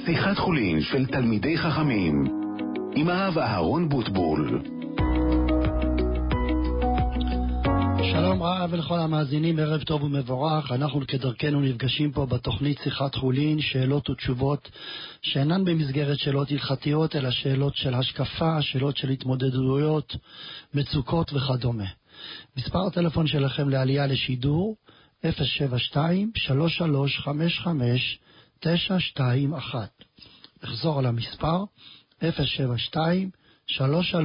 שיחת חולין של תלמידי חכמים עם הרב אהרון בוטבול. שלום רב ולכל המאזינים, ערב טוב ומבורך. אנחנו כדרכנו נפגשים פה בתוכנית שיחת חולין, שאלות ותשובות שאינן במסגרת שאלות הלכתיות, אלא שאלות של השקפה, שאלות של התמודדויות, מצוקות וכדומה. מספר הטלפון שלכם לעלייה לשידור 072-3355-921. נחזור על המספר 072-3355-921.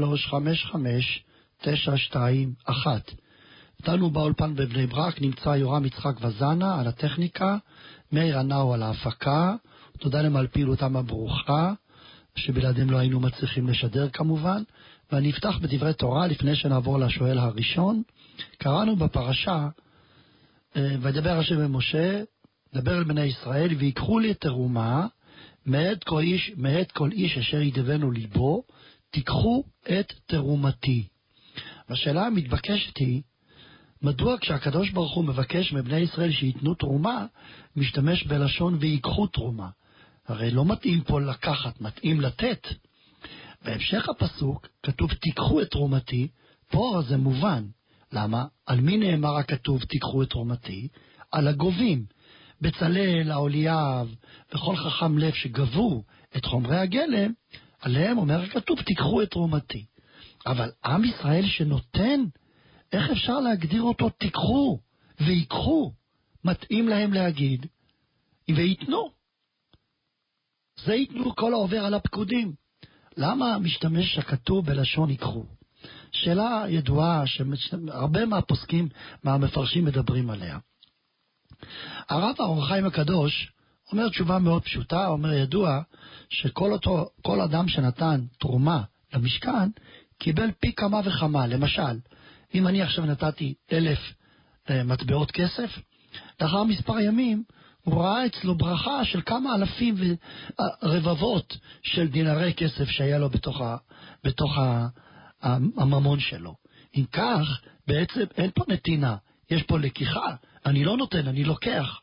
איתנו באולפן בבני ברק נמצא יורם יצחק וזנה על הטכניקה, מאיר ענאו על ההפקה. תודה להם על פעילותם הברוכה, שבלעדיהם לא היינו מצליחים לשדר כמובן. ואני אפתח בדברי תורה לפני שנעבור לשואל הראשון. קראנו בפרשה, וידבר השם במשה, דבר אל בני ישראל, ויקחו לי תרומה מאת כל איש אשר ידבנו ליבו, תיקחו את תרומתי. והשאלה המתבקשת היא, מדוע כשהקדוש ברוך הוא מבקש מבני ישראל שיתנו תרומה, משתמש בלשון ויקחו תרומה? הרי לא מתאים פה לקחת, מתאים לתת. בהמשך הפסוק כתוב תיקחו את תרומתי, פה זה מובן. למה? על מי נאמר הכתוב תיקחו את תרומתי? על הגובים. בצלאל, האוליאב וכל חכם לב שגבו את חומרי הגלם, עליהם אומר הכתוב תיקחו את תרומתי. אבל עם ישראל שנותן, איך אפשר להגדיר אותו תיקחו ויקחו? מתאים להם להגיד ויתנו. זה יתנו כל העובר על הפקודים. למה משתמש הכתוב בלשון יקחו? שאלה ידועה שהרבה מהפוסקים, מהמפרשים מדברים עליה. הרב אור החיים הקדוש אומר תשובה מאוד פשוטה, אומר ידוע שכל אדם שנתן תרומה למשכן קיבל פי כמה וכמה. למשל, אם אני עכשיו נתתי 1,000 מטבעות כסף, לאחר מספר ימים הוא ראה אצלו ברכה של כמה אלפים ורבבות של דינרי כסף שהיה לו בתוך הממון שלו. אם כך, בעצם אין פה נתינה, יש פה לקיחה. אני לא נותן, אני לוקח.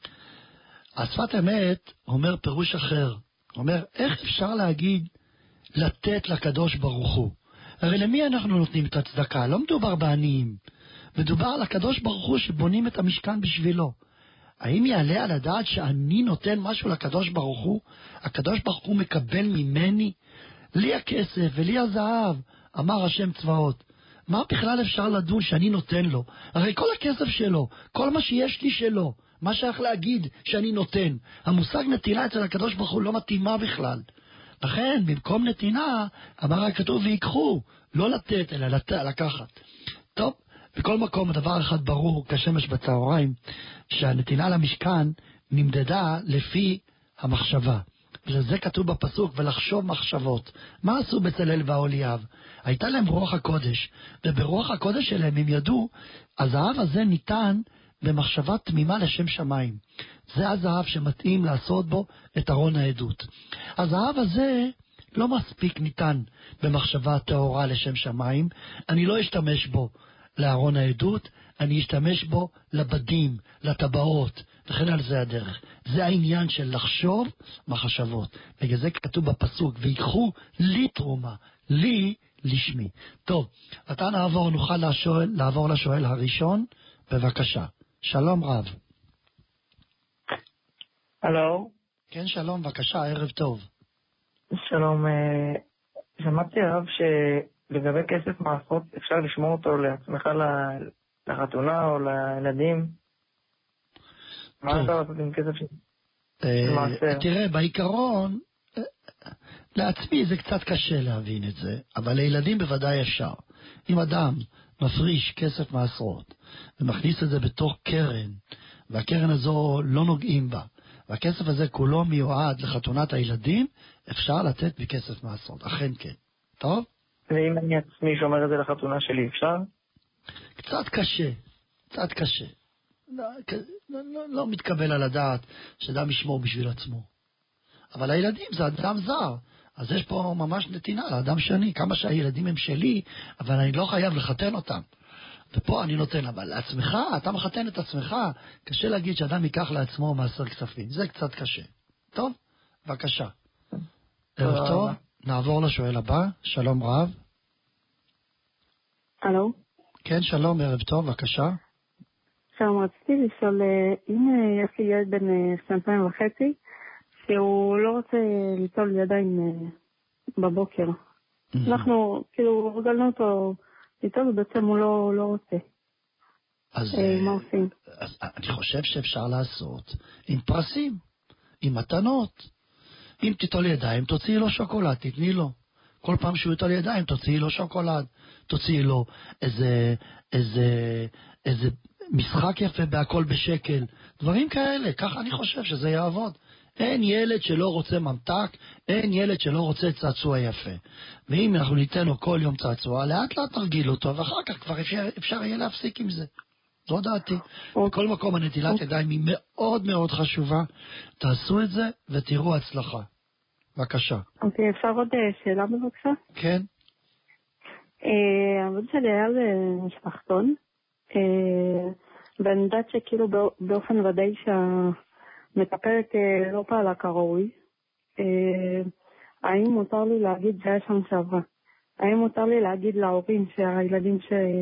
השפת אמת אומר פירוש אחר. אומר, איך אפשר להגיד לתת לקדוש ברוך הוא? הרי למי אנחנו נותנים את הצדקה? לא מדובר בעניים. מדובר על הקדוש ברוך הוא שבונים את המשכן בשבילו. האם יעלה על הדעת שאני נותן משהו לקדוש ברוך הוא? הקדוש ברוך הוא מקבל ממני? לי הכסף ולי הזהב, אמר השם צבאות. מה בכלל אפשר לדון שאני נותן לו? הרי כל הכסף שלו, כל מה שיש לי שלו, מה שייך להגיד שאני נותן? המושג נתינה אצל הקדוש ברוך הוא לא מתאימה בכלל. לכן, במקום נתינה, אמר הכתוב ויקחו, לא לתת, אלא לקחת. טוב, בכל מקום, הדבר אחד ברור, כשמש בצהריים, שהנתינה למשכן נמדדה לפי המחשבה. וזה כתוב בפסוק, ולחשוב מחשבות. מה עשו בצלאל והאוליאב? הייתה להם רוח הקודש, וברוח הקודש שלהם הם ידעו, הזהב הזה ניתן במחשבה תמימה לשם שמיים. זה הזהב שמתאים לעשות בו את ארון העדות. הזהב הזה לא מספיק ניתן במחשבה טהורה לשם שמיים, אני לא אשתמש בו לארון העדות, אני אשתמש בו לבדים, לטבעות, וכן על זה הדרך. זה העניין של לחשוב מחשבות. בגלל זה כתוב בפסוק, ויקחו לי תרומה, לי לשמי. טוב, אתה נוכל לעבור לשואל הראשון, בבקשה. שלום רב. הלו. כן, שלום, בבקשה, ערב טוב. שלום, שמעתי רב שלגבי כסף מעשרות אפשר לשמור אותו לעצמך לחתונה או לילדים. מה אפשר לעשות עם כסף מעשר? תראה, בעיקרון, לעצמי זה קצת קשה להבין את זה, אבל לילדים בוודאי אפשר. אם אדם מפריש כסף מעשרות ומכניס את זה בתוך קרן, והקרן הזו לא נוגעים בה, והכסף הזה כולו מיועד לחתונת הילדים, אפשר לתת בכסף מעשרות. אכן כן. טוב? ואם אני עצמי שומר את זה לחתונה שלי, אפשר? קצת קשה. לא מתקבל על הדעת שאדם ישמור בשביל עצמו. אבל הילדים זה אדם זר, אז יש פה ממש נתינה לאדם שני. כמה שהילדים הם שלי, אבל אני לא חייב לחתן אותם. ופה אני נותן, אבל לעצמך, אתה מחתן את עצמך, קשה להגיד שאדם ייקח לעצמו מעשר כספים. זה קצת קשה. טוב, בבקשה. ערב טוב, נעבור לשואל הבא. שלום רב. הלו? כן, שלום, ערב טוב, בבקשה. שלום, רציתי לשאול, אם יש לי ילד בן 2.5, שהוא לא רוצה ליטול ידיים בבוקר. אנחנו, כאילו, הרגלנו אותו ליטול, ובעצם הוא לא רוצה. אז מה עושים? אז אני חושב שאפשר לעשות עם פרסים, עם מתנות. אם תיטול ידיים, תוציאי לו שוקולד, תתני לו. כל פעם שהוא יטול ידיים, תוציאי לו שוקולד. תוציאי לו איזה משחק יפה בהכל בשקל. דברים כאלה, ככה אני חושב שזה יעבוד. אין ילד שלא רוצה ממתק, אין ילד שלא רוצה צעצוע יפה. ואם אנחנו ניתן לו כל יום צעצוע, לאט לאט תרגיל אותו, ואחר כך כבר אפשר יהיה להפסיק עם זה. זו דעתי. בכל מקום הנטילת ידיים היא מאוד מאוד חשובה. תעשו את זה ותראו הצלחה. בבקשה. אוקיי, אפשר עוד שאלה בבקשה? כן. העבוד שלי היה למשפחתון, ואני יודעת שכאילו באופן ודאי שהמטפלת לא פעלה כראוי. האם מותר לי להגיד, זה היה שם שעברה, האם מותר לי להגיד להורים שהילדים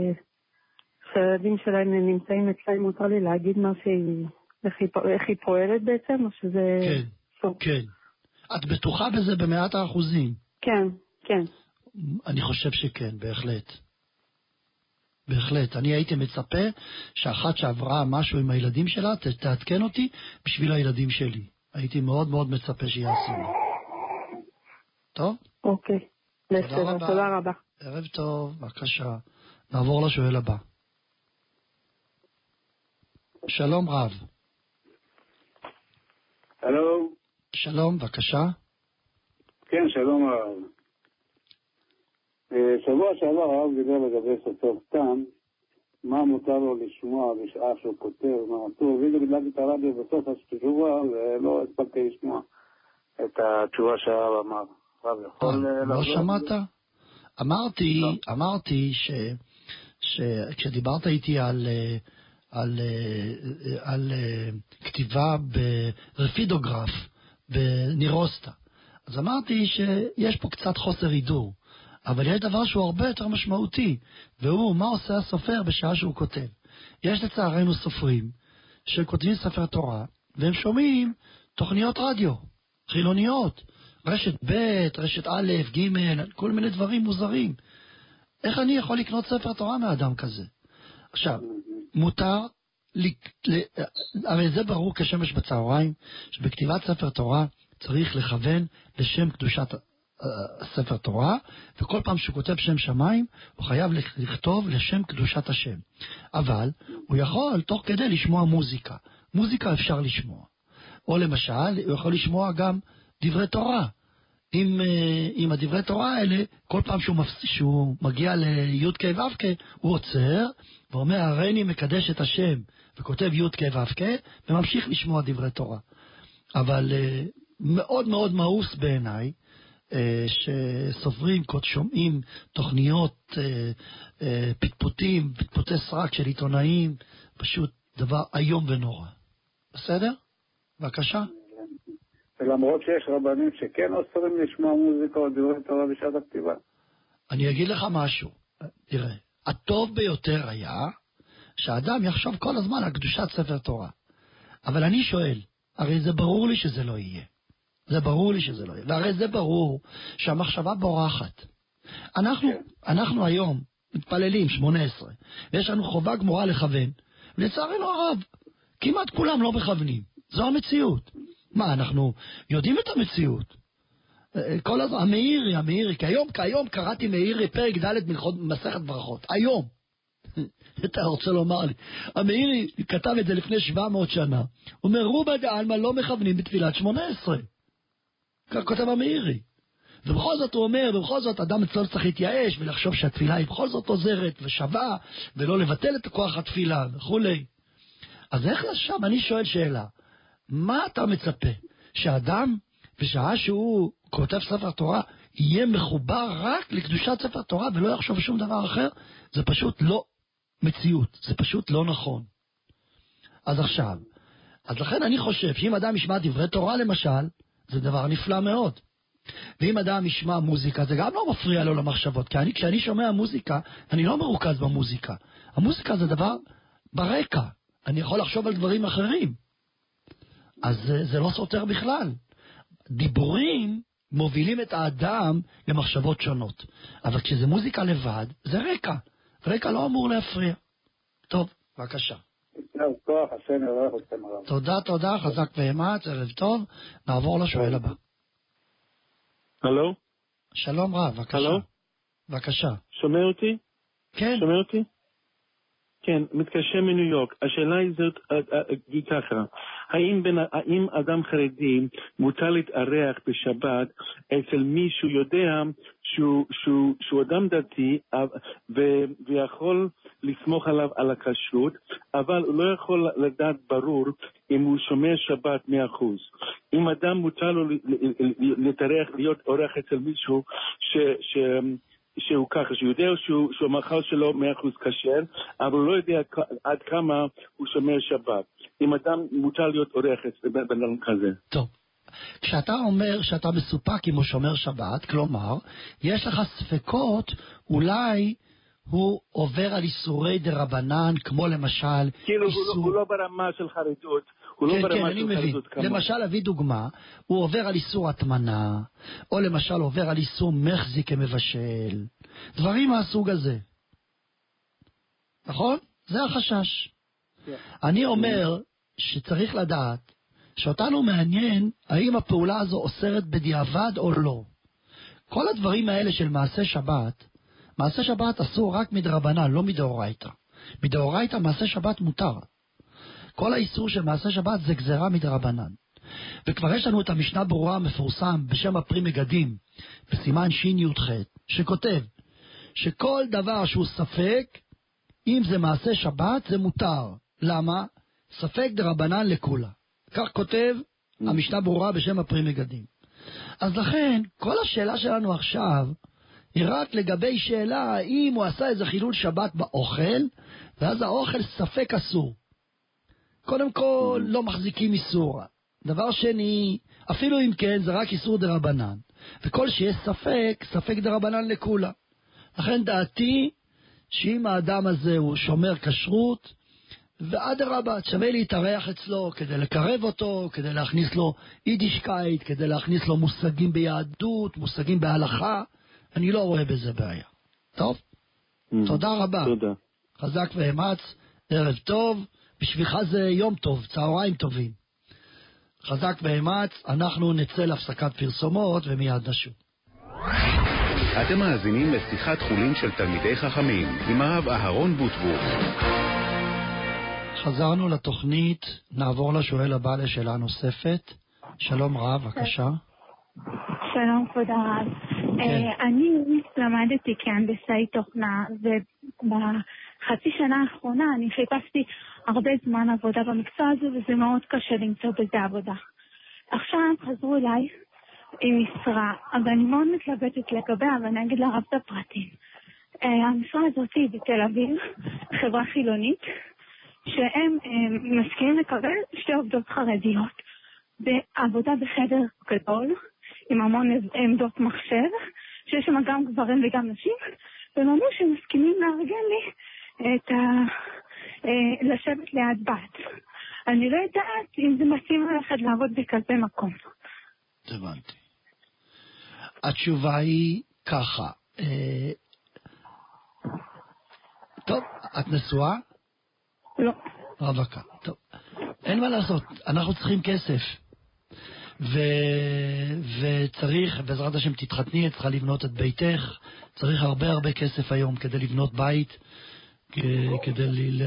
שלהם נמצאים אצלם, מותר לי להגיד מה איך היא פועלת בעצם, או שזה... כן, כן. את בטוחה בזה ב100%? כן, כן. אני חושב שכן, בהחלט. בהחלט. אני הייתי מצפה שאחת שעברה משהו עם הילדים שלה, תעדכן אותי בשביל הילדים שלי. הייתי מאוד מאוד מצפה שיעשו. טוב? אוקיי. תודה רבה. ערב טוב, בבקשה. נעבור לשואל הבא. שלום רב. הלו. שלום, בבקשה. כן, שלום רב. שבוע שעבר הרב דיבר לגבי סופר סתם, מה מותר לו לשמוע בשעה שהוא כותב, מה אסור, ואילו בגלל את הרדיו בסוף השבוע, ולא הספקתי לשמוע את התשובה שהרב אמר. רב יכול לא שמעת? אמרתי כשדיברת איתי על כתיבה ברפידוגרף בנירוסטה, אז אמרתי שיש פה קצת חוסר הידור, אבל יש דבר שהוא הרבה יותר משמעותי, והוא מה עושה הסופר בשעה שהוא כותב. יש לצערנו סופרים שכותבים ספר תורה והם שומעים תוכניות רדיו חילוניות, רשת ב', רשת א', ג', כל מיני דברים מוזרים. איך אני יכול לקנות ספר תורה מאדם כזה? עכשיו, מותר, הרי זה ברור כשמש בצהריים, שבכתיבת ספר תורה צריך לכוון לשם קדושת ספר תורה, וכל פעם שהוא כותב שם שמיים, הוא חייב לכתוב לשם קדושת השם. אבל הוא יכול תוך כדי לשמוע מוזיקה. מוזיקה אפשר לשמוע. או למשל, הוא יכול לשמוע גם דברי תורה. עם הדברי תורה האלה, כל פעם שהוא מגיע לי' כ' ו' כ', הוא עוצר ואומר, הריני מקדש את השם, וכותב י' כ' ו' כ', וממשיך לשמוע דברי תורה. אבל מאוד מאוד מאוס בעיניי, שסוברים, שומעים תוכניות, פטפוטי סרק של עיתונאים, פשוט דבר איום ונורא. בסדר? בבקשה. ולמרות שיש רבנים שכן אוסרים לשמוע מוזיקה או דברי תורה בשעת הכתיבה. אני אגיד לך משהו. תראה, הטוב ביותר היה שהאדם יחשוב כל הזמן על קדושת ספר תורה. אבל אני שואל, הרי זה ברור לי שזה לא יהיה. זה ברור לי שזה לא יהיה. והרי זה ברור שהמחשבה בורחת. אנחנו היום מתפללים 18, ויש לנו חובה גמורה לכוון. ולצערנו הרב, כמעט כולם לא מכוונים. זו המציאות. מה, אנחנו יודעים את המציאות. כל הזמן, המאירי, כי היום קראתי מאירי פרק ד' מסכת ברכות. היום. אתה רוצה לומר לי, המאירי כתב את זה לפני 700 שנה. הוא אומר, רובה דעלמא לא מכוונים בתפילת 18. כך כותב המאירי. ובכל זאת הוא אומר, ובכל זאת אדם אצלו צריך להתייאש ולחשוב שהתפילה היא בכל זאת עוזרת ושווה, ולא לבטל את כוח התפילה וכולי. אז איך לשם? אני שואל שאלה. מה אתה מצפה? שאדם, בשעה שהוא כותב ספר תורה, יהיה מחובר רק לקדושת ספר תורה ולא יחשוב שום דבר אחר? זה פשוט לא מציאות, זה פשוט לא נכון. אז לכן אני חושב שאם אדם ישמע דברי תורה למשל, זה דבר נפלא מאוד. ואם אדם ישמע מוזיקה, זה גם לא מפריע לו למחשבות, כי כשאני שומע מוזיקה, אני לא מרוכז במוזיקה. המוזיקה זה דבר ברקע, אני יכול לחשוב על דברים אחרים. אז זה לא סותר בכלל. דיבורים מובילים את האדם למחשבות שונות. אבל כשזה מוזיקה לבד, זה רקע. רקע לא אמור להפריע. טוב, בבקשה. תודה, חזק ואמץ, ערב טוב. נעבור לשואל הבא. הלו? שלום רב, בבקשה. הלו? בבקשה. שומע אותי? כן. שומע אותי? כן, מתקשר מניו יורק. השאלה היא זאת ככה, האם אדם חרדי מותר להתארח בשבת אצל מישהו יודע שהוא אדם דתי ויכול לסמוך עליו על הכשרות, אבל הוא לא יכול לדעת ברור אם הוא שומר שבת 100%. אם אדם מותר לו להתארח, להיות אורח אצל מישהו שהוא ככה, שהוא יודע שהמאכל שלו 100% כשר, אבל הוא לא יודע עד כמה הוא שומר שבת. אם אדם מותר להיות אורח בן כזה. טוב. כשאתה אומר שאתה מסופק אם הוא שומר שבת, כלומר, יש לך ספקות, אולי הוא עובר על איסורי דרבנן, כמו למשל כאילו איסור... הוא לא ברמה של חרדות. כן, אני מבין. למשל, אביא דוגמה, הוא עובר על איסור התמנה, או למשל עובר על איסור מחזיק כמבשל, דברים מהסוג הזה. נכון? זה החשש. אני אומר שצריך לדעת שאותנו מעניין האם הפעולה הזו אוסרת בדיעבד או לא. כל הדברים האלה של מעשה שבת אסור רק מדרבנן, לא מדאורייתא. מדאורייתא מעשה שבת מותר. כל האיסור של מעשה שבת זה גזרה מדרבנן. וכבר יש לנו את המשנה ברורה המפורסם בשם הפרי מגדים, בסימן שי"ח, שכותב שכל דבר שהוא ספק, אם זה מעשה שבת, זה מותר. למה? ספק דרבנן לכולה. כך כותב המשנה ברורה בשם הפרי מגדים. אז לכן, כל השאלה שלנו עכשיו היא רק לגבי שאלה האם הוא עשה איזה חילול שבת באוכל, ואז האוכל ספק אסור. קודם כל, לא מחזיקים איסור. דבר שני, אפילו אם כן, זה רק איסור דרבנן. וכל שיש ספק דרבנן לכולה. לכן דעתי, שאם האדם הזה הוא שומר כשרות, ואדרבה, שווה להתארח אצלו כדי לקרב אותו, כדי להכניס לו יידישקייט, כדי להכניס לו מושגים ביהדות, מושגים בהלכה, אני לא רואה בזה בעיה. טוב? תודה רבה. תודה. חזק ואמץ, ערב טוב. בשבילך זה יום טוב, צהריים טובים. חזק ואמץ, אנחנו נצא להפסקת פרסומות ומיד נשוב. אתם מאזינים לשיחת חולין של תלמידי חכמים עם הרב אהרון בוטבול. חזרנו לתוכנית, נעבור לשואל הבא לשאלה נוספת. שלום רב, בבקשה. שלום כבוד הרב. אני למדתי כהנדסאי תוכנה, ובחצי שנה האחרונה אני חיפשתי הרבה זמן עבודה במקצוע הזה, וזה מאוד קשה למצוא בזה עבודה. עכשיו חזרו אליי עם משרה, אבל אני מאוד מתלבטת לגביה, ואני אגיד לרב את הפרטים. המשרה הזאת היא בתל אביב, חברה חילונית, שהם מסכימים לקבל 2 עובדות חרדיות, בעבודה בחדר גדול, עם המון עמדות מחשב, שיש שם גם גברים וגם נשים, והם אמרו שהם מסכימים לארגן לי לשבת ליד בת. אני לא יודעת אם זה מתאים ללכת לעבוד בכזה מקום. הבנתי. התשובה היא ככה. טוב, את נשואה? לא. רווקה. טוב. אין מה לעשות, אנחנו צריכים כסף. וצריך, בעזרת השם תתחתני, צריכה לבנות את ביתך, צריך הרבה כסף היום כדי לבנות בית, כדי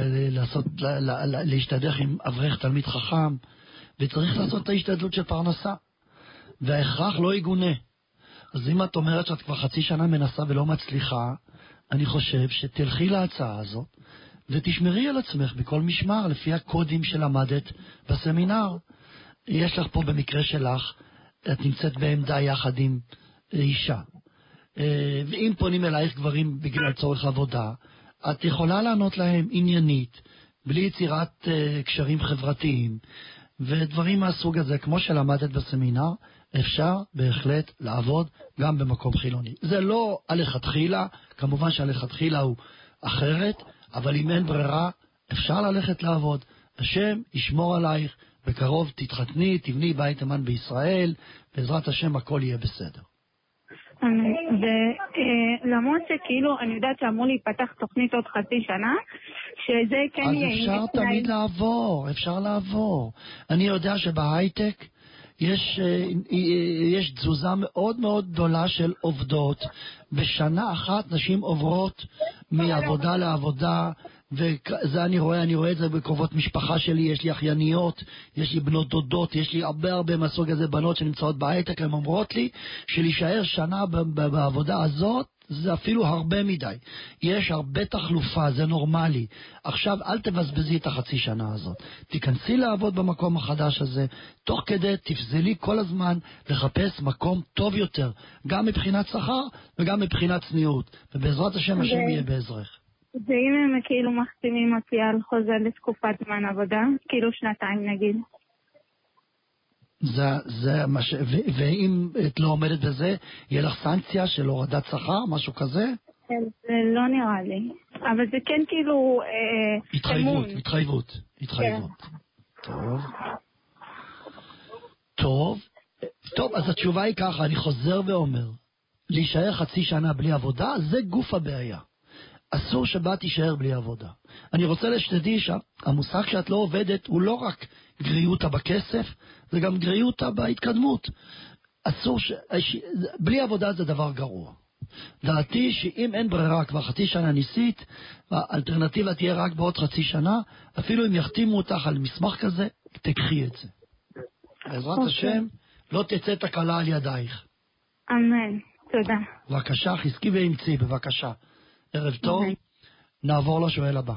להשתדך עם אברך תלמיד חכם, וצריך לעשות את ההשתדלות של פרנסה, וההכרח לא יגונה. אז אם את אומרת שאת כבר חצי שנה מנסה ולא מצליחה, אני חושב שתלכי להצעה הזאת, ותשמרי על עצמך בכל משמר, לפי הקודים שלמדת בסמינר. יש לך פה במקרה שלך, את נמצאת בעמדה יחד עם אישה. ואם פונים אלייך גברים בגלל צורך עבודה, את יכולה לענות להם עניינית, בלי יצירת קשרים חברתיים, ודברים מהסוג הזה, כמו שלמדת בסמינר, אפשר בהחלט לעבוד גם במקום חילוני. זה לא הלכתחילה, כמובן שהלכתחילה הוא אחרת, אבל אם אין ברירה, אפשר ללכת לעבוד. השם ישמור עלייך, בקרוב תתחתני, תבני בית אמן בישראל, בעזרת השם הכל יהיה בסדר. ולמרות שכאילו אני יודעת שאמור להיפתח תוכנית עוד חצי שנה, שזה כן יהיה... אז אפשר תמיד לעבור, אפשר לעבור. אני יודע שבהייטק יש תזוזה מאוד מאוד גדולה של עובדות. בשנה אחת נשים עוברות מעבודה לעבודה, וזה אני רואה את זה בקרובות משפחה שלי, יש לי אחייניות, יש לי בנות דודות, יש לי הרבה מהסוג הזה בנות שנמצאות בהייטק, הן אומרות לי שלהישאר שנה בעבודה הזאת זה אפילו הרבה מדי. יש הרבה תחלופה, זה נורמלי. עכשיו אל תבזבזי את החצי שנה הזאת. תיכנסי לעבוד במקום החדש הזה, תוך כדי תפזלי כל הזמן לחפש מקום טוב יותר, גם מבחינת שכר וגם מבחינת צניעות. ובעזרת השם השם יהיה בעזרך. ואם הם כאילו מחתימים אותי על חוזה לתקופת זמן עבודה, כאילו 2 נגיד. זה מה ואם את לא עומדת בזה, יהיה לך סנקציה של הורדת שכר, משהו כזה? זה לא נראה לי. אבל זה כן כאילו... התחייבות. טוב, אז התשובה היא ככה, אני חוזר ואומר, להישאר חצי שנה בלי עבודה, זה גוף הבעיה. אסור שבה תישאר בלי עבודה. אני רוצה שתדעי שהמושג שאת לא עובדת הוא לא רק גריותה בכסף, זה גם גריותה בהתקדמות. אסור בלי עבודה זה דבר גרוע. דעתי שאם אין ברירה כבר חצי שנה ניסית, האלטרנטיבה תהיה רק בעוד חצי שנה, אפילו אם יחתימו אותך על מסמך כזה, תקחי את זה. בעזרת השם, לא תצא תקלה על ידייך. אמן, תודה. בבקשה, חזקי ואמצי, בבקשה. ערב טוב, נעבור לשואל הבא.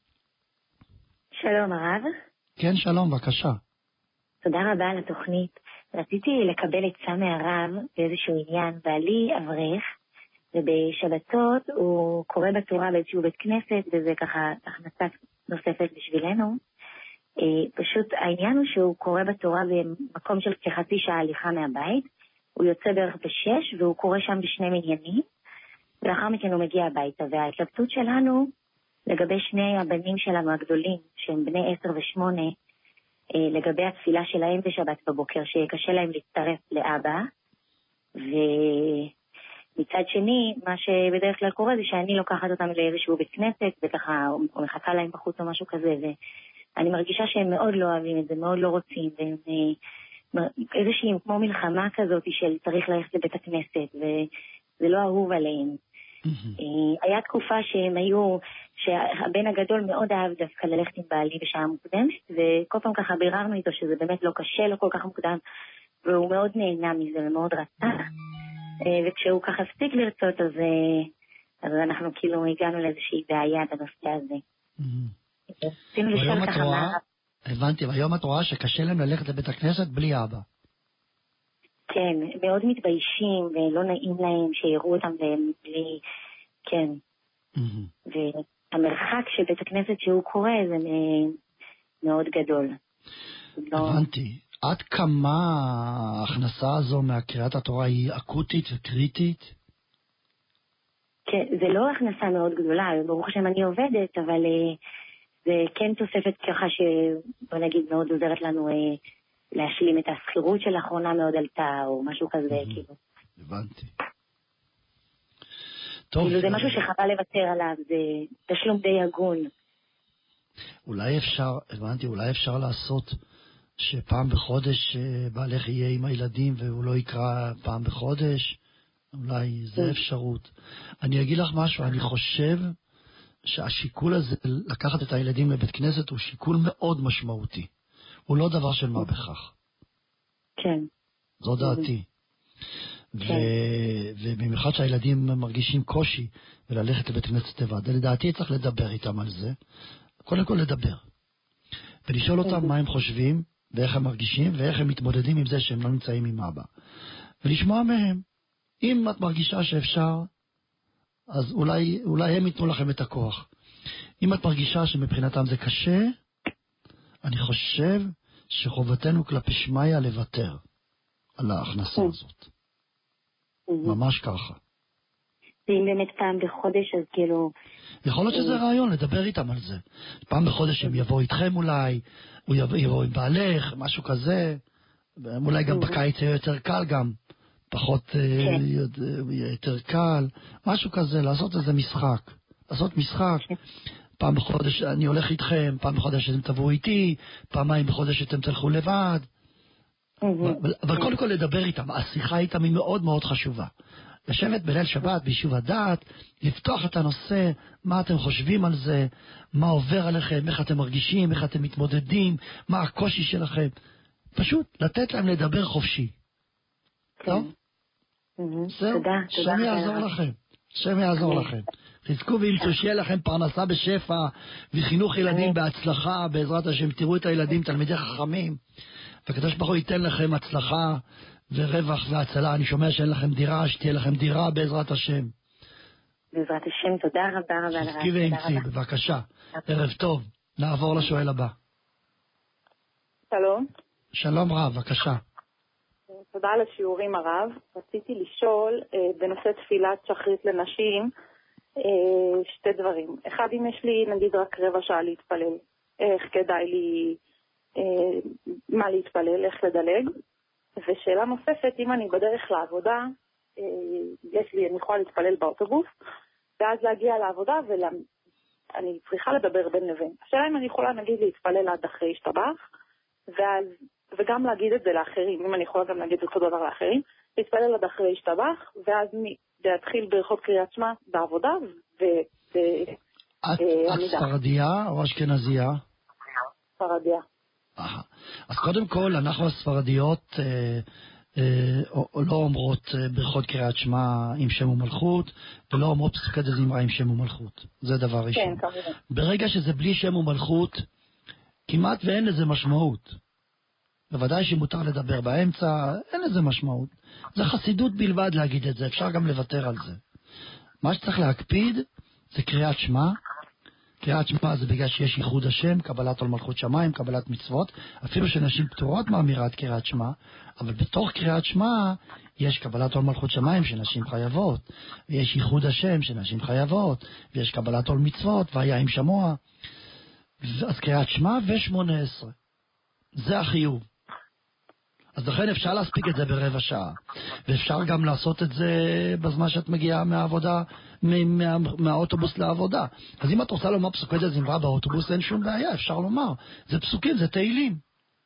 שלום הרב. כן, שלום, בבקשה. תודה רבה על התוכנית. רציתי לקבל עצה מהרב באיזשהו עניין, בעלי אברך, ובשבתות הוא קורא בתורה באיזשהו בית כנסת, וזה ככה הכנסה נוספת בשבילנו. פשוט העניין הוא שהוא קורא בתורה במקום של כחצי שעה הליכה מהבית, הוא יוצא בערך ב6 והוא קורא שם בשני מניינים, ולאחר מכן הוא מגיע הביתה, וההתלבטות שלנו לגבי שני הבנים שלנו הגדולים, שהם בני 10 ו8, לגבי התפילה שלהם בשבת בבוקר, שקשה להם להצטרף לאבא, ומצד שני, מה שבדרך כלל קורה זה שאני לוקחת אותם לאיזשהו בית כנסת, וככה הוא מחכה להם בחוץ או משהו כזה, ואני מרגישה שהם מאוד לא אוהבים את זה, מאוד לא רוצים, והם איזושהי כמו מלחמה כזאת של צריך ללכת לבית הכנסת, וזה לא אהוב עליהם. היה תקופה שהם היו, שהבן הגדול מאוד אהב דווקא ללכת עם בעלי בשעה מוקדמת, וכל פעם ככה ביררנו איתו שזה באמת לא קשה, לא כל כך מוקדם, והוא מאוד נהנה מזה ומאוד רצה, וכשהוא ככה הפסיק לרצות, אז אנחנו כאילו הגענו לאיזושהי בעיה בנושא הזה. והיום את רואה, הבנתי, והיום את רואה שקשה להם ללכת לבית הכנסת בלי אבא. כן, מאוד מתביישים ולא נעים להם שיראו אותם בלי, כן. והמרחק של בית הכנסת שהוא קורא זה מאוד גדול. הבנתי. עד כמה ההכנסה הזו מהקריאת התורה היא אקוטית וקריטית? כן, זה לא הכנסה מאוד גדולה, ברוך השם אני עובדת, אבל זה כן תוספת ככה שבוא נגיד מאוד עוזרת לנו להשלים את הסחירות של האחרונה מאוד עלתה, או משהו כזה, כאילו. הבנתי. כאילו זה משהו שחבל לוותר עליו, זה תשלום די הגון. אולי אפשר לעשות שפעם בחודש בעלך יהיה עם הילדים, והוא לא יקרא פעם בחודש, אולי זה אפשרות. אני אגיד לך משהו, אני חושב שהשיקול הזה, לקחת את הילדים לבית כנסת, הוא שיקול מאוד משמעותי. הוא לא דבר של מה בכך. כן. זו דעתי. ובמיוחד שהילדים מרגישים קושי וללכת לבית כנסת לבד. לדעתי צריך לדבר איתם על זה. קודם כל לדבר. ולשאול אותם מה הם חושבים, ואיך הם מרגישים, ואיך הם מתמודדים עם זה שהם לא נמצאים עם אבא. ולשמוע מהם. אם את מרגישה שאפשר, אז אולי הם ייתנו לכם את הכוח. אם את מרגישה שמבחינתם זה קשה, אני חושב שחובתנו כלפי שמיה לוותר על ההכנסה הזאת. ממש ככה. ואם באמת פעם בחודש, אז כאילו... יכול להיות שזה רעיון, לדבר איתם על זה. פעם בחודש הם יבואו איתכם אולי, הוא יבוא עם בעלך, משהו כזה. אולי גם בקיץ יהיה יותר קל גם. פחות יותר קל. משהו כזה, לעשות איזה משחק. לעשות משחק. פעם בחודש אני הולך איתכם, פעם בחודש אתם תבואו איתי, פעמיים בחודש אתם תלכו לבד. אבל קודם כל לדבר איתם. השיחה איתם היא מאוד מאוד חשובה. לשבת בליל שבת, ביישוב הדעת, לפתוח את הנושא, מה אתם חושבים על זה, מה עובר עליכם, איך אתם מרגישים, איך אתם מתמודדים, מה הקושי שלכם. פשוט לתת להם לדבר חופשי. טוב? זהו, שם יעזור לכם. שם יעזור לכם. חזקו וימצאו שיהיה לכם פרנסה בשפע, וחינוך ילדים בהצלחה, בעזרת השם, תראו את הילדים, תלמידי חכמים, והקדוש ברוך הוא ייתן לכם הצלחה, ורווח והצלה. אני שומע שאין לכם דירה, שתהיה לכם דירה בעזרת השם. בעזרת השם, תודה רבה רבה. חזקי ואמצי, בבקשה. ערב טוב. נעבור לשואל הבא. שלום. שלום רב, בבקשה. תודה על השיעורים הרב. רציתי לשאול בנושא תפילת שחרית לנשים שתי דברים. אחד, אם יש לי נגיד רק רבע שעה להתפלל, איך כדאי לי מה להתפלל, איך לדלג? ושאלה נוספת, אם אני בדרך לעבודה, אני יכולה להתפלל באוטובוס, ואז להגיע לעבודה ואני צריכה לדבר בין לבין. השאלה אם אני יכולה נגיד להתפלל עד אחרי השתבח, וגם להגיד את זה לאחרים, אם אני יכולה גם להגיד אותו דבר לאחרים, להתפלל עד אחרי השתבח, ואז להתחיל ברכות קריאת שמע בעבודה את ספרדיה או אשכנזייה? ספרדיה. אז קודם כל, אנחנו הספרדיות לא אומרות ברכות קריאת שמע עם שם ומלכות, ולא אומרות פסוקי דזמרה עם שם ומלכות. זה דבר ראשון. ברגע שזה בלי שם ומלכות, כמעט ואין לזה משמעות. בוודאי שמותר לדבר באמצע, אין לזה משמעות. זה חסידות בלבד להגיד את זה, אפשר גם לוותר על זה. מה שצריך להקפיד זה קריאת שמע. קריאת שמע זה בגלל שיש ייחוד השם, קבלת על מלכות שמיים, קבלת מצוות, אפילו שנשים פטורות מאמירת קריאת שמע, אבל בתוך קריאת שמע יש קבלת על מלכות שמיים שנשים חייבות, ויש ייחוד השם שנשים חייבות, ויש קבלת על מצוות, והיה עם שמוע. אז קריאת שמע ו18. זה החיוב. אז לכן אפשר להספיק את זה ברבע שעה, ואפשר גם לעשות את זה בזמן שאת מגיעה מהעבודה, מהאוטובוס לעבודה. אז אם את רוצה לומר פסוקי דזמרה באוטובוס, אין שום בעיה, אפשר לומר. זה פסוקים, זה תהילים.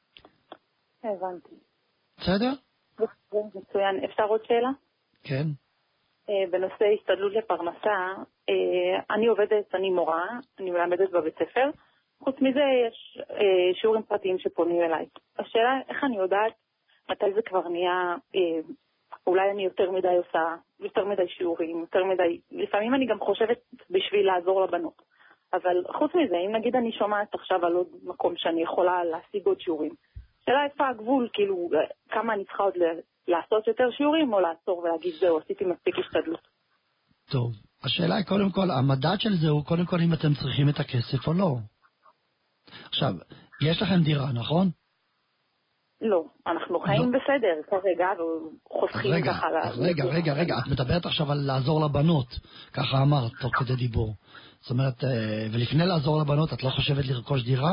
הבנתי. בסדר? מצוין. אפשר עוד שאלה? כן. בנושא השתדלות לפרנסה, אני עובדת, אני מורה, אני מלמדת בבית ספר. חוץ מזה יש שיעורים פרטיים שפונים אליי. השאלה איך אני יודעת מתי זה כבר נהיה, אולי אני יותר מדי עושה, יותר מדי שיעורים, יותר מדי, לפעמים אני גם חושבת בשביל לעזור לבנות. אבל חוץ מזה, אם נגיד אני שומעת עכשיו על עוד מקום שאני יכולה להשיג עוד שיעורים, השאלה איפה הגבול, כאילו כמה אני צריכה עוד לעשות יותר שיעורים או לעצור ולהגיד זהו, עשיתי מספיק השתדלות. טוב, השאלה היא קודם כל, המדד של זה הוא קודם כל אם אתם צריכים את הכסף או לא. עכשיו, יש לכם דירה, נכון? לא, אנחנו חיים בסדר, כרגע, וחוסכים ככה. רגע, את מדברת עכשיו על לעזור לבנות, ככה אמרת, תוך כדי דיבור. זאת אומרת, ולפני לעזור לבנות, את לא חושבת לרכוש דירה?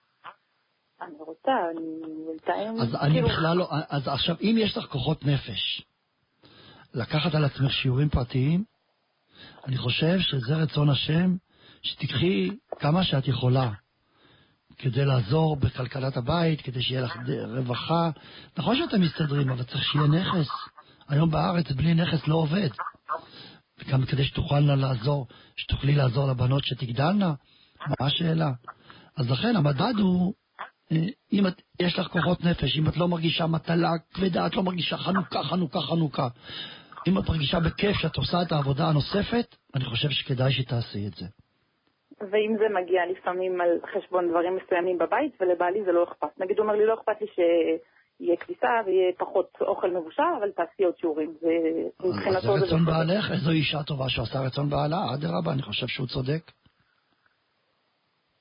אני רוצה, אז אני בכלל לא, אז עכשיו, אם יש לך כוחות נפש, לקחת על עצמך שיעורים פרטיים, אני חושב שזה רצון השם, שתיקחי כמה שאת יכולה. כדי לעזור בכלכלת הבית, כדי שיהיה לך רווחה. נכון שאתם מסתדרים, אבל צריך שיהיה נכס. היום בארץ בלי נכס לא עובד. וגם כדי שתוכלי לעזור לבנות שתגדלנה, מה השאלה? אז לכן המדד הוא, אם יש לך כוחות נפש, אם את לא מרגישה מטלה כבדה, את לא מרגישה חנוכה. אם את מרגישה בכיף שאת עושה את העבודה הנוספת, אני חושב שכדאי שתעשי את זה. ואם זה מגיע לפעמים על חשבון דברים מסוימים בבית, ולבעלי זה לא אכפת. נגיד הוא אומר לי, לא אכפת לי שיהיה כביסה ויהיה פחות אוכל מבושל, אבל תעשי עוד שיעורים. זה רצון בעלך, איזו אישה טובה שעושה רצון בעלה, אדרבה, אני חושב שהוא צודק.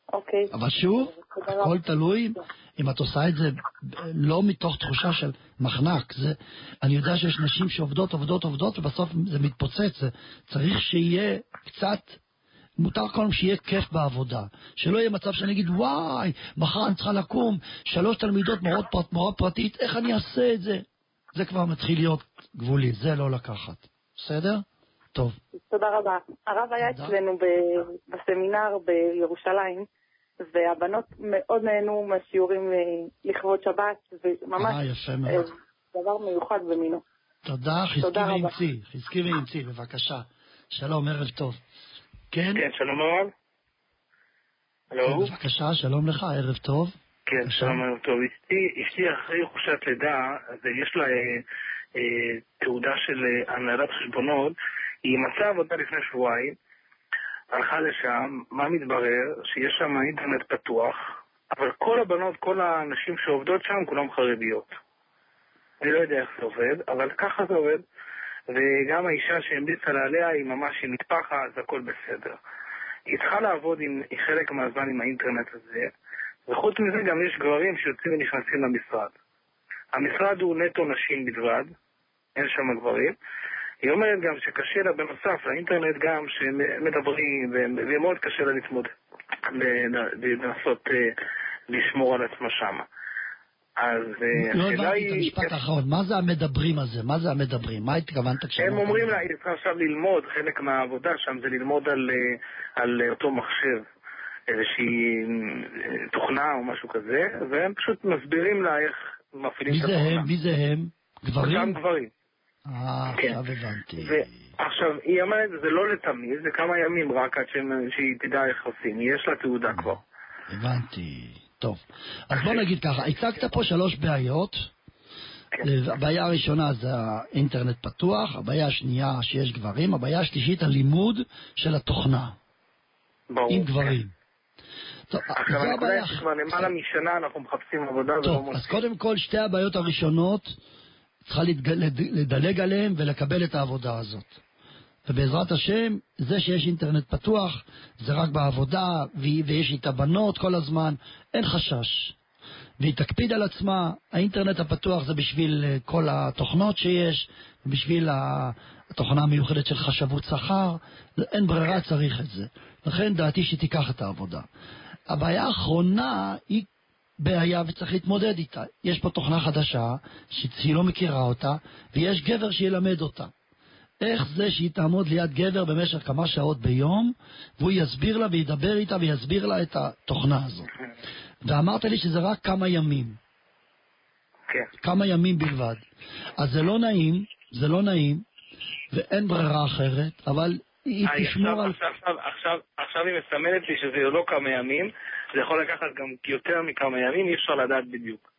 אוקיי. אבל שוב, הכל תלוי אם את עושה את זה לא מתוך תחושה של מחנק. אני יודע שיש נשים שעובדות, ובסוף זה מתפוצץ. צריך שיהיה קצת, מותר כל שיהיה כיף בעבודה. שלא יהיה מצב שאני אגיד, וואי, מחר אני צריכה לקום, 3 תלמידות מורה פרטית, איך אני אעשה את זה? זה כבר מתחיל להיות גבולי, זה לא לקחת. בסדר? טוב. תודה רבה. הרב היה אצלנו בסמינר בירושלים, והבנות מאוד נהנו מהשיעורים לכבוד שבת, וממש דבר מיוחד במינו. תודה, חזקי ואמצי, בבקשה. שלום, ערב טוב. כן? כן, שלום הרב. הלו? בבקשה, שלום לך, ערב טוב. כן, שלום ערב טוב. אשתי אחרי חופשת לידה, יש לה תעודה של הנהלת חשבונות, היא מצאה עבודה לפני שבועיים, הלכה לשם, מה מתברר? שיש שם אינטרנט פתוח, אבל כל הבנות, כל הנשים שעובדות שם, כולם חרדיות. אני לא יודע איך זה עובד, אבל ככה זה עובד, וגם האישה שהמליצה לה עליה היא ממש מתפחת, זה הכל בסדר. היא צריכה לעבוד עם חלק מהזמן עם האינטרנט הזה, וחוץ מזה גם יש גברים שיוצאים ונכנסים למשרד. המשרד הוא נטו נשים בלבד, אין שם גברים. היא אומרת גם שקשה לה בנוסף לאינטרנט גם שמדברים, ומאוד קשה לה לנסות לשמור על עצמה שמה. אז לא הבנתי את המשפט האחרון, מה זה המדברים הזה? מה זה המדברים? מה התכוונת כשאמרת? הם אומרים לה, היא צריכה עכשיו ללמוד, חלק מהעבודה שם זה ללמוד על אותו מחשב, איזושהי תוכנה או משהו כזה, והם פשוט מסבירים לה איך מפעילים את התוכנה. מי זה הם? גברים? אותם גברים. עכשיו הבנתי. עכשיו, היא אומרת, זה לא לתמיד, זה כמה ימים רק עד שהיא תדע איך עושים, יש לה תעודה כבר. הבנתי. טוב, אז בוא נגיד ככה, הצגת פה 3 בעיות. הבעיה הראשונה זה האינטרנט פתוח, הבעיה השנייה שיש גברים, הבעיה השלישית הלימוד של התוכנה. ברור. עם גברים. טוב, עכשיו אני יודע שכבר למעלה משנה אנחנו מחפשים עבודה. טוב, אז קודם כל 2 הבעיות הראשונות צריכה לדלג עליהן ולקבל את העבודה הזאת. ובעזרת השם, זה שיש אינטרנט פתוח, זה רק בעבודה, ויש איתה בנות כל הזמן, אין חשש. והיא תקפיד על עצמה, האינטרנט הפתוח זה בשביל כל התוכנות שיש, בשביל התוכנה המיוחדת של חשבות שכר, אין ברירה, צריך את זה. לכן דעתי שתיקח את העבודה. הבעיה האחרונה היא בעיה וצריך להתמודד איתה. יש פה תוכנה חדשה, שהיא לא מכירה אותה, ויש גבר שילמד אותה. איך זה שהיא תעמוד ליד גבר במשך כמה שעות ביום, והוא יסביר לה וידבר איתה ויסביר לה את התוכנה הזאת. ואמרת לי שזה רק כמה ימים. כן. כמה ימים בלבד. אז זה לא נעים, ואין ברירה אחרת, אבל היא תשמור על... עכשיו היא מסמלת לי שזה לא כמה ימים, זה יכול לקחת גם יותר מכמה ימים, אי אפשר לדעת בדיוק.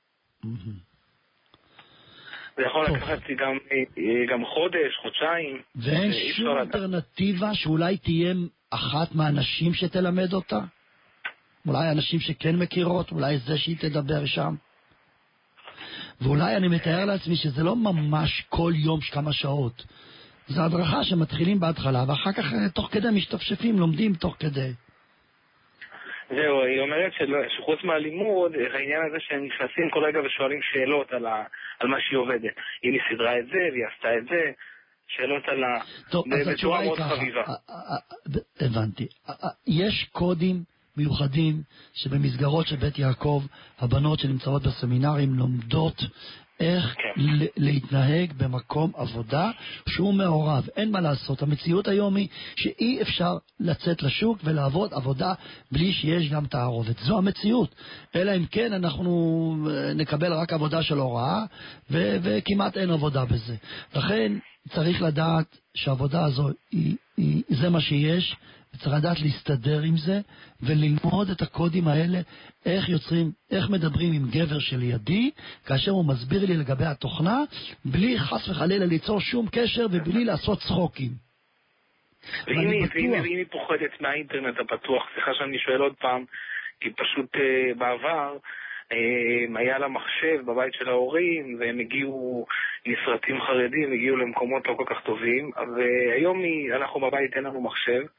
זה יכול לקחת לי גם חודש, חודשיים. ואין שום אלטרנטיבה שאולי תהיה אחת מהאנשים שתלמד אותה? אולי אנשים שכן מכירות, אולי זה שהיא תדבר שם? ואולי אני מתאר לעצמי שזה לא ממש כל יום כמה שעות. זו הדרכה שמתחילים בהתחלה, ואחר כך תוך כדי משתפשפים, לומדים תוך כדי. זהו, היא אומרת שחוץ מהלימוד, העניין הזה שהם נכנסים כל רגע ושואלים שאלות על מה שהיא עובדת. אם היא סדרה את זה, והיא עשתה את זה, שאלות על טוב, אז התשובה היא ככה. הבנתי. יש קודים מיוחדים שבמסגרות של בית יעקב, הבנות שנמצאות בסמינרים לומדות איך להתנהג במקום עבודה שהוא מעורב. אין מה לעשות. המציאות היום היא שאי אפשר לצאת לשוק ולעבוד עבודה בלי שיש גם תערובת. זו המציאות. אלא אם כן אנחנו נקבל רק עבודה של הוראה, וכמעט אין עבודה בזה. לכן צריך לדעת שהעבודה הזו זה מה שיש, וצריך לדעת להסתדר עם זה, וללמוד את הקודים האלה, איך יוצרים, איך מדברים עם גבר שלידי, כאשר הוא מסביר לי לגבי התוכנה, בלי חס וחלילה ליצור שום קשר, ובלי לעשות צחוקים. ואם היא פוחדת מהאינטרנט הפתוח, סליחה שאני שואל עוד פעם, כי פשוט בעבר, היה לה מחשב בבית של ההורים, והם הגיעו לסרטים חרדים, הגיעו למקומות לא כל כך טובים, והיום אנחנו בבית אין לנו מחשב,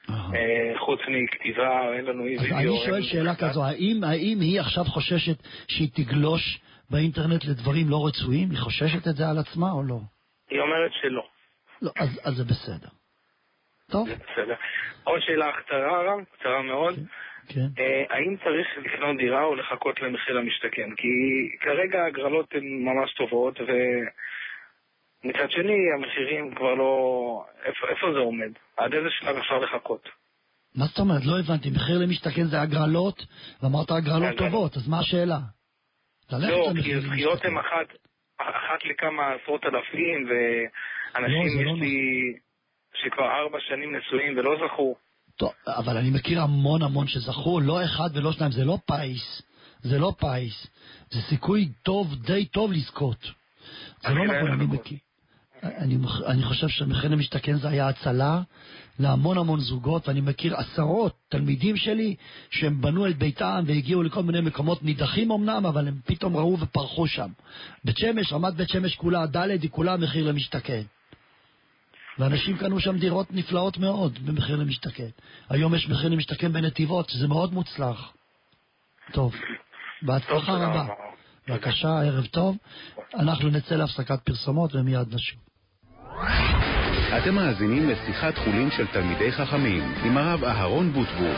חוץ מכתיבה, אין לנו אז אני שואל שאלה כזו, האם היא עכשיו חוששת שהיא תגלוש באינטרנט לדברים לא רצויים? היא חוששת את זה על עצמה או לא? היא אומרת שלא. לא, אז זה בסדר. טוב. זה בסדר. עוד שאלה קצרה מאוד. כן. האם צריך לקנות דירה או לחכות למחיר למשתכן? כי כרגע הגרלות הן ממש טובות, ומצד שני המחירים כבר לא... איפה זה עומד? עד איזה שלב אפשר לחכות? מה זאת אומרת? לא הבנתי. מחיר למשתכן זה הגרלות, ואמרת הגרלות טובות, אז מה השאלה? לא, כי הזכיות הן אחת לכמה עשרות אלפים, ואנשים יש לי שכבר 4 שנים נשואים ולא זכו. טוב, אבל אני מכיר המון שזכו, לא אחד ולא שניים, זה לא פייס, זה סיכוי טוב, די טוב לזכות. זה לא נכון, אני מכיר. אני חושב שמחיר למשתכן זה היה הצלה להמון זוגות, ואני מכיר 10 תלמידים שלי שהם בנו את ביתם והגיעו לכל מיני מקומות נידחים אמנם, אבל הם פתאום ראו ופרחו שם. בית שמש, רמת בית שמש כולה, ד' היא כולה מחיר למשתכן. ואנשים קנו שם דירות נפלאות מאוד במחיר למשתכן. היום יש מחיר למשתכן בנתיבות, שזה מאוד מוצלח. טוב, בהצלחה רבה. בבקשה, ערב טוב. אנחנו נצא להפסקת פרסומות ומיד נשוב. אתם מאזינים לשיחת חולין של תלמידי חכמים עם הרב אהרון בוטבול.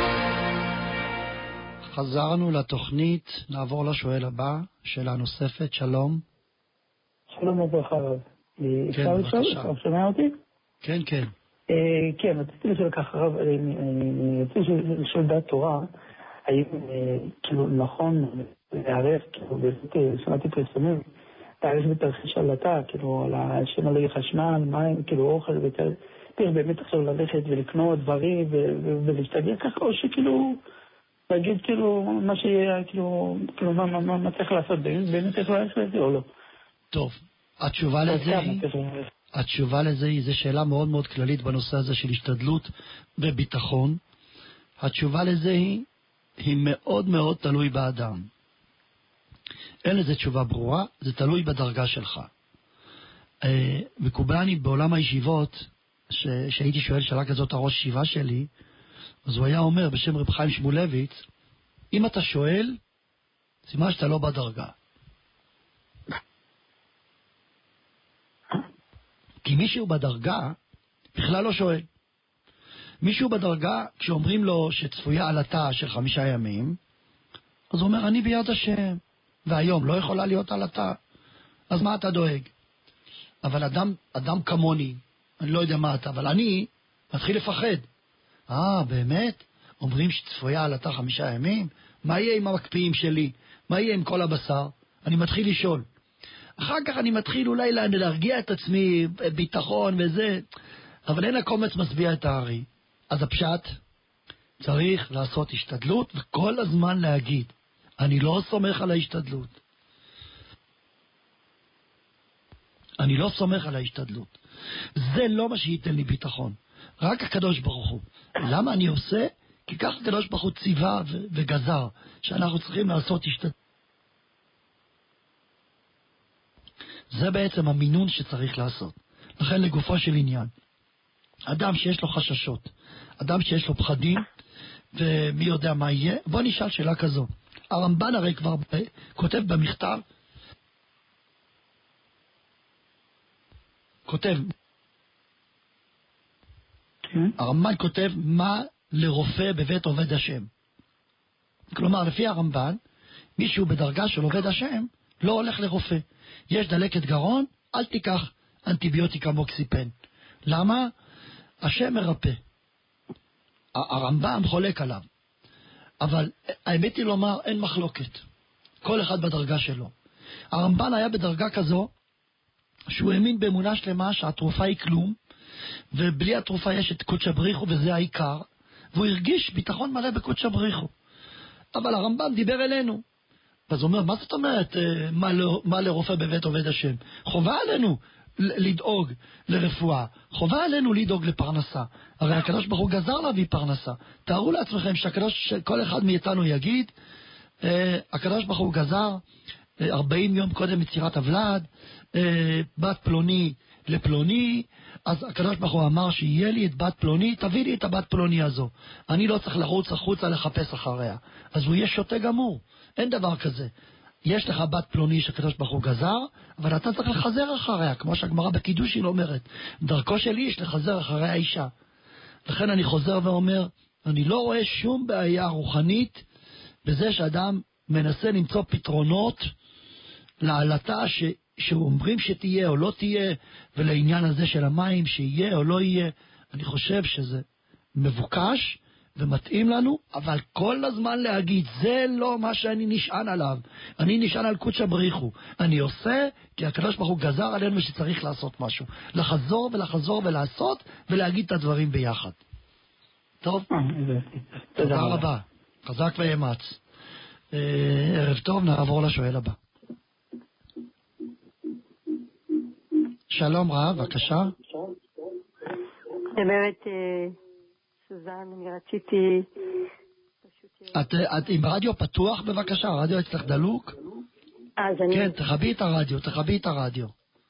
חזרנו לתוכנית, נעבור לשואל הבא, שאלה נוספת. שלום. שלום וברכה רב. אפשר לשאול? אתה שומע אותי? כן. כן, רציתי לשאול ככה רב, רציתי לשאול דעת תורה, האם כאילו נכון להערך, כאילו באמת שמעתי פרסומים, להערך בתרחיש עלתה, כאילו על השם עלי חשמל, מים, כאילו אוכל, ותראה באמת עכשיו ללכת ולקנות דברים ולהשתגע ככה, או שכאילו להגיד כאילו מה שיהיה, כאילו מה צריך לעשות, באמת צריך להערך לזה או לא? טוב. התשובה לזה היא, זו שאלה מאוד כללית בנושא הזה של השתדלות וביטחון. התשובה לזה היא מאוד תלוי באדם. אין לזה תשובה ברורה, זה תלוי בדרגה שלך. מקובלני בעולם הישיבות, שהייתי שואל שאלה כזאת הראש ישיבה שלי, אז הוא היה אומר בשם רב חיים שמולביץ, אם אתה שואל, סימן שאתה לא בדרגה. כי מישהו בדרגה בכלל לא שואל. מישהו בדרגה, כשאומרים לו שצפויה עלתה של 5 ימים, אז הוא אומר, אני ביד השם, והיום לא יכולה להיות עלתה, אז מה אתה דואג? אבל אדם כמוני, אני לא יודע מה אתה, אבל אני מתחיל לפחד. באמת? אומרים שצפויה עלתה 5 ימים? מה יהיה עם המקפיאים שלי? מה יהיה עם כל הבשר? אני מתחיל לשאול. אחר כך אני מתחיל אולי להרגיע את עצמי, ביטחון וזה, אבל אין הקומץ מסביע את הארי. אז הפשט, צריך לעשות השתדלות וכל הזמן להגיד, אני לא סומך על ההשתדלות. אני לא סומך על ההשתדלות. זה לא מה שייתן לי ביטחון. רק הקדוש ברוך הוא. למה אני עושה? כי כך הקדוש ברוך הוא ציווה וגזר, שאנחנו צריכים לעשות השתדלות. זה בעצם המינון שצריך לעשות. לכן לגופו של עניין, אדם שיש לו חששות, אדם שיש לו פחדים, ומי יודע מה יהיה, בוא נשאל שאלה כזו. הרמב"ן הרי כבר כותב במכתב, הרמב"ן כותב מה לרופא בבית עובד השם. כלומר, לפי הרמב"ן, מישהו בדרגה של עובד השם לא הולך לרופא. יש דלקת גרון, אל תיקח אנטיביוטיקה מוקסיפן. למה? השם מרפא. הרמב"ם חולק עליו. אבל האמת היא לומר, אין מחלוקת. כל אחד בדרגה שלו. הרמב"ן היה בדרגה כזו, שהוא האמין באמונה שלמה שהתרופה היא כלום, ובלי התרופה יש את קודש הבריחו, וזה העיקר, והוא הרגיש ביטחון מלא בקודש הבריחו. אבל הרמב"ם דיבר אלינו. אז הוא אומר, מה זאת אומרת, מה לרופא בבית עובד השם? חובה עלינו לדאוג לרפואה, חובה עלינו לדאוג לפרנסה. הרי הקדוש ברוך הוא גזר להביא פרנסה. תארו לעצמכם שכל אחד מאיתנו יגיד, הקדוש ברוך הוא גזר 40 יום קודם מצירת הוולד, בת פלוני לפלוני, אז הקדוש ברוך הוא אמר שיהיה לי את בת פלוני, תביא לי את הבת פלוני הזו. אני לא צריך לרוץ החוצה לחפש אחריה. אז הוא יהיה שוטה גמור. אין דבר כזה. יש לך בת פלוני שהקדוש ברוך הוא גזר, אבל אתה צריך לחזר אחריה, כמו שהגמרא בקידושין אומרת. דרכו של איש לחזר אחריה האישה. לכן אני חוזר ואומר, אני לא רואה שום בעיה רוחנית בזה שאדם מנסה למצוא פתרונות לעלתה שאומרים שתהיה או לא תהיה, ולעניין הזה של המים שיהיה או לא יהיה. אני חושב שזה מבוקש ומתאים לנו, אבל כל הזמן להגיד, זה לא מה שאני נשען עליו. אני נשען על קודשא בריחו. אני עושה כי הקדוש ברוך הוא גזר עלינו שצריך לעשות משהו. לחזור ולחזור ולעשות ולהגיד את הדברים ביחד. טוב? תודה רבה. חזק ואמץ. ערב טוב, נעבור לשואל הבא. שלום רב, בבקשה. באמת, סוזן, אני רציתי... את עם רדיו פתוח בבקשה? הרדיו אצלך דלוק? כן, תחבי את הרדיו.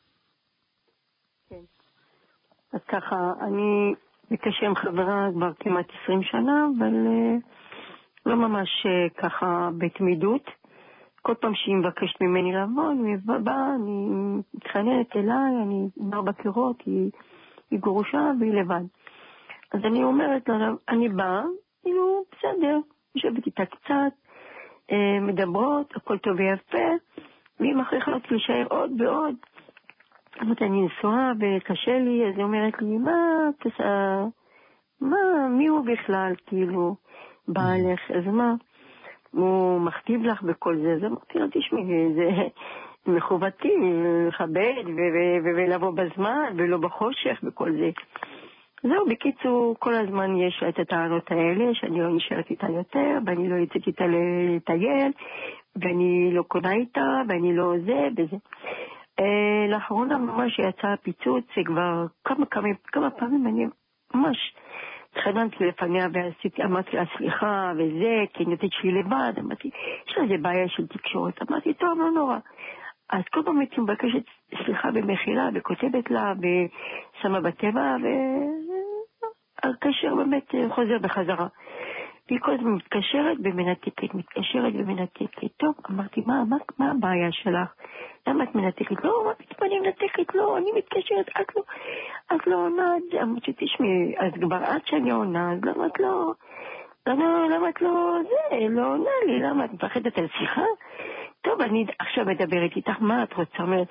כן. אז ככה, אני בקשר עם חברה כבר כמעט 20 שנה, אבל לא ממש ככה בתמידות. כל פעם שהיא מבקשת ממני לעבוד, אני מתחננת אליי, אני עם 4 קירות, היא גרושה והיא לבד. אז אני אומרת לה, אני באה, כאילו, בסדר, יושבת איתה קצת, מדברות, הכל טוב ויפה, והיא מכריחה אותי להישאר עוד ועוד. אמרתי, אני נשואה וקשה לי, אז היא אומרת לי, מי הוא בכלל, כאילו, בעלך, אז מה? הוא מכתיב לך בכל זה, אז אמרתי לו, תשמעי, זה מחובתי לכבד ולבוא בזמן ולא בחושך בכל זה. זהו, בקיצור, כל הזמן יש את הטענות האלה, שאני לא נשארת איתה יותר, ואני לא יוצאת איתה לטייל, ואני לא קונה איתה, ואני לא זה וזה. לאחרונה ממש יצא פיצוץ, כבר כמה פעמים אני ממש התחננתי לפניה ואמרתי לה סליחה וזה, כי אני נותנת שלי לבד, אמרתי, יש לה איזה בעיה של תקשורת, אמרתי, טוב, לא נורא. אז כל פעם הייתי מבקשת סליחה במחילה, וכותבת לה, ושמה בטבע, והקשר באמת חוזר בחזרה. והיא כל הזמן מתקשרת ומנתקת. טוב, אמרתי, מה הבעיה שלך? למה את מנתקת? לא, מה פתאום אני מנתקת? לא, אני מתקשרת, את לא עונה. אמרתי, תשמעי, אז כבר עד שאני עונה, אז למה את לא... למה את לא עונה לי? למה את מפחדת על שיחה? טוב, אני עכשיו מדברת איתך, מה את רוצה? אומרת,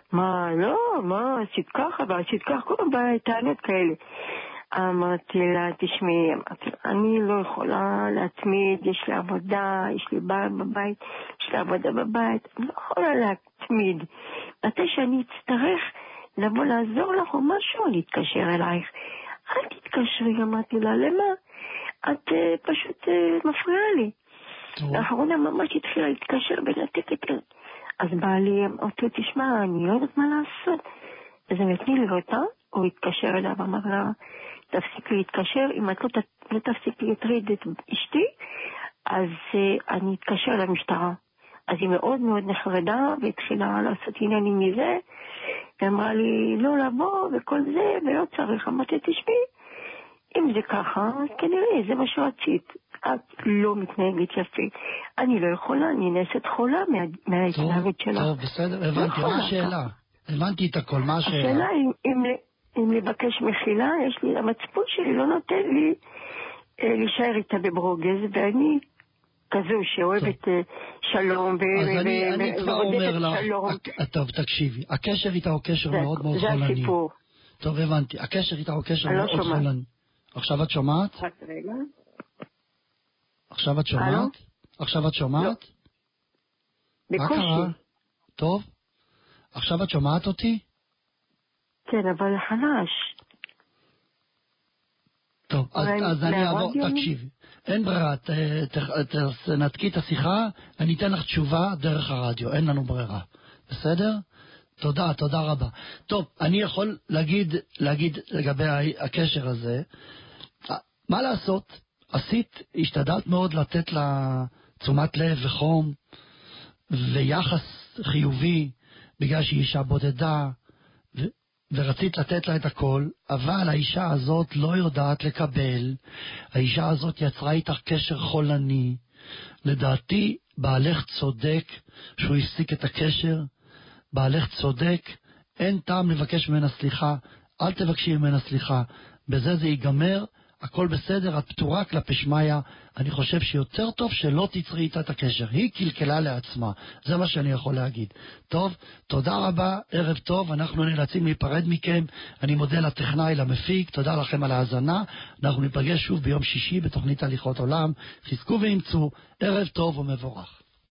עשית ככה, כל פעם טענות כאלה. אמרתי לה, תשמעי, אני לא יכולה להתמיד, יש לי עבודה, יש לי בעל בבית, יש לי עבודה בבית, אני לא יכולה להתמיד. מתי שאני אצטרך לבוא לעזור לך או משהו, אני אתקשר אלייך. אל תתקשרי, אמרתי לה, למה? את פשוט מפריעה לי. לאחרונה ממש התחילה להתקשר ולתקת. אז בעלי אמרתי, תשמע, אני לא יודעת מה לעשות. אז הם נתני לי אותה, הוא התקשר אליו, אמר לה, תפסיק להתקשר, אם את לא תפסיק להטריד את אשתי, אז אני אתקשר למשטרה. אז היא מאוד מאוד נחרדה, והתחילה לעשות עניינים מזה, ואמרה לי, לא לבוא וכל זה, ולא צריך. אמרתי, תשמעי, אם זה ככה, אז כנראה זה מה שרצית. את לא מתנהגת יפה. אני לא יכולה, אני נעשית חולה מההתנהגת שלה. טוב, בסדר, הבנתי. מה השאלה? הבנתי את הכל, מה השאלה? השאלה אם לבקש מחילה, יש לי, המצפון שלי לא נותן לי להישאר איתה בברוגז, ואני כזו שאוהבת שלום אני כבר אומר לך, טוב, תקשיבי, הקשר איתה הוא קשר מאוד מאוד חולני. זה הסיפור. טוב, הבנתי, הקשר איתה הוא קשר מאוד חולני. עכשיו את שומעת? רק רגע. עכשיו את שומעת? עכשיו את שומעת? מה קרה? טוב. עכשיו את שומעת אותי? כן, אבל חלש. טוב, אז אני אעבור, תקשיבי. אין ברירה, נתקי את השיחה, אני אתן לך תשובה דרך הרדיו, אין לנו ברירה. בסדר? תודה רבה. טוב, אני יכול להגיד לגבי הקשר הזה, מה לעשות? השתדלת מאוד לתת לה תשומת לב וחום ויחס חיובי בגלל שהיא אישה בודדה ורצית לתת לה את הכל, אבל האישה הזאת לא יודעת לקבל, האישה הזאת יצרה איתך קשר חולני. לדעתי, בעלך צודק שהוא הפסיק את הקשר, בעלך צודק, אין טעם לבקש ממנה סליחה, אל תבקשי ממנה סליחה, בזה זה ייגמר, הכל בסדר, את פתורה כלפי שמיה, אני חושב שיותר טוב שלא תצרי איתה את הקשר, היא קלקלה לעצמה, זה מה שאני יכול להגיד. טוב, תודה רבה, ערב טוב, אנחנו נאלצים להיפרד מכם, אני מודה לטכנאי, למפיק, תודה לכם על ההאזנה, אנחנו ניפגש שוב ביום שישי בתוכנית הליכות עולם, חזקו ואמצו, ערב טוב ומבורך.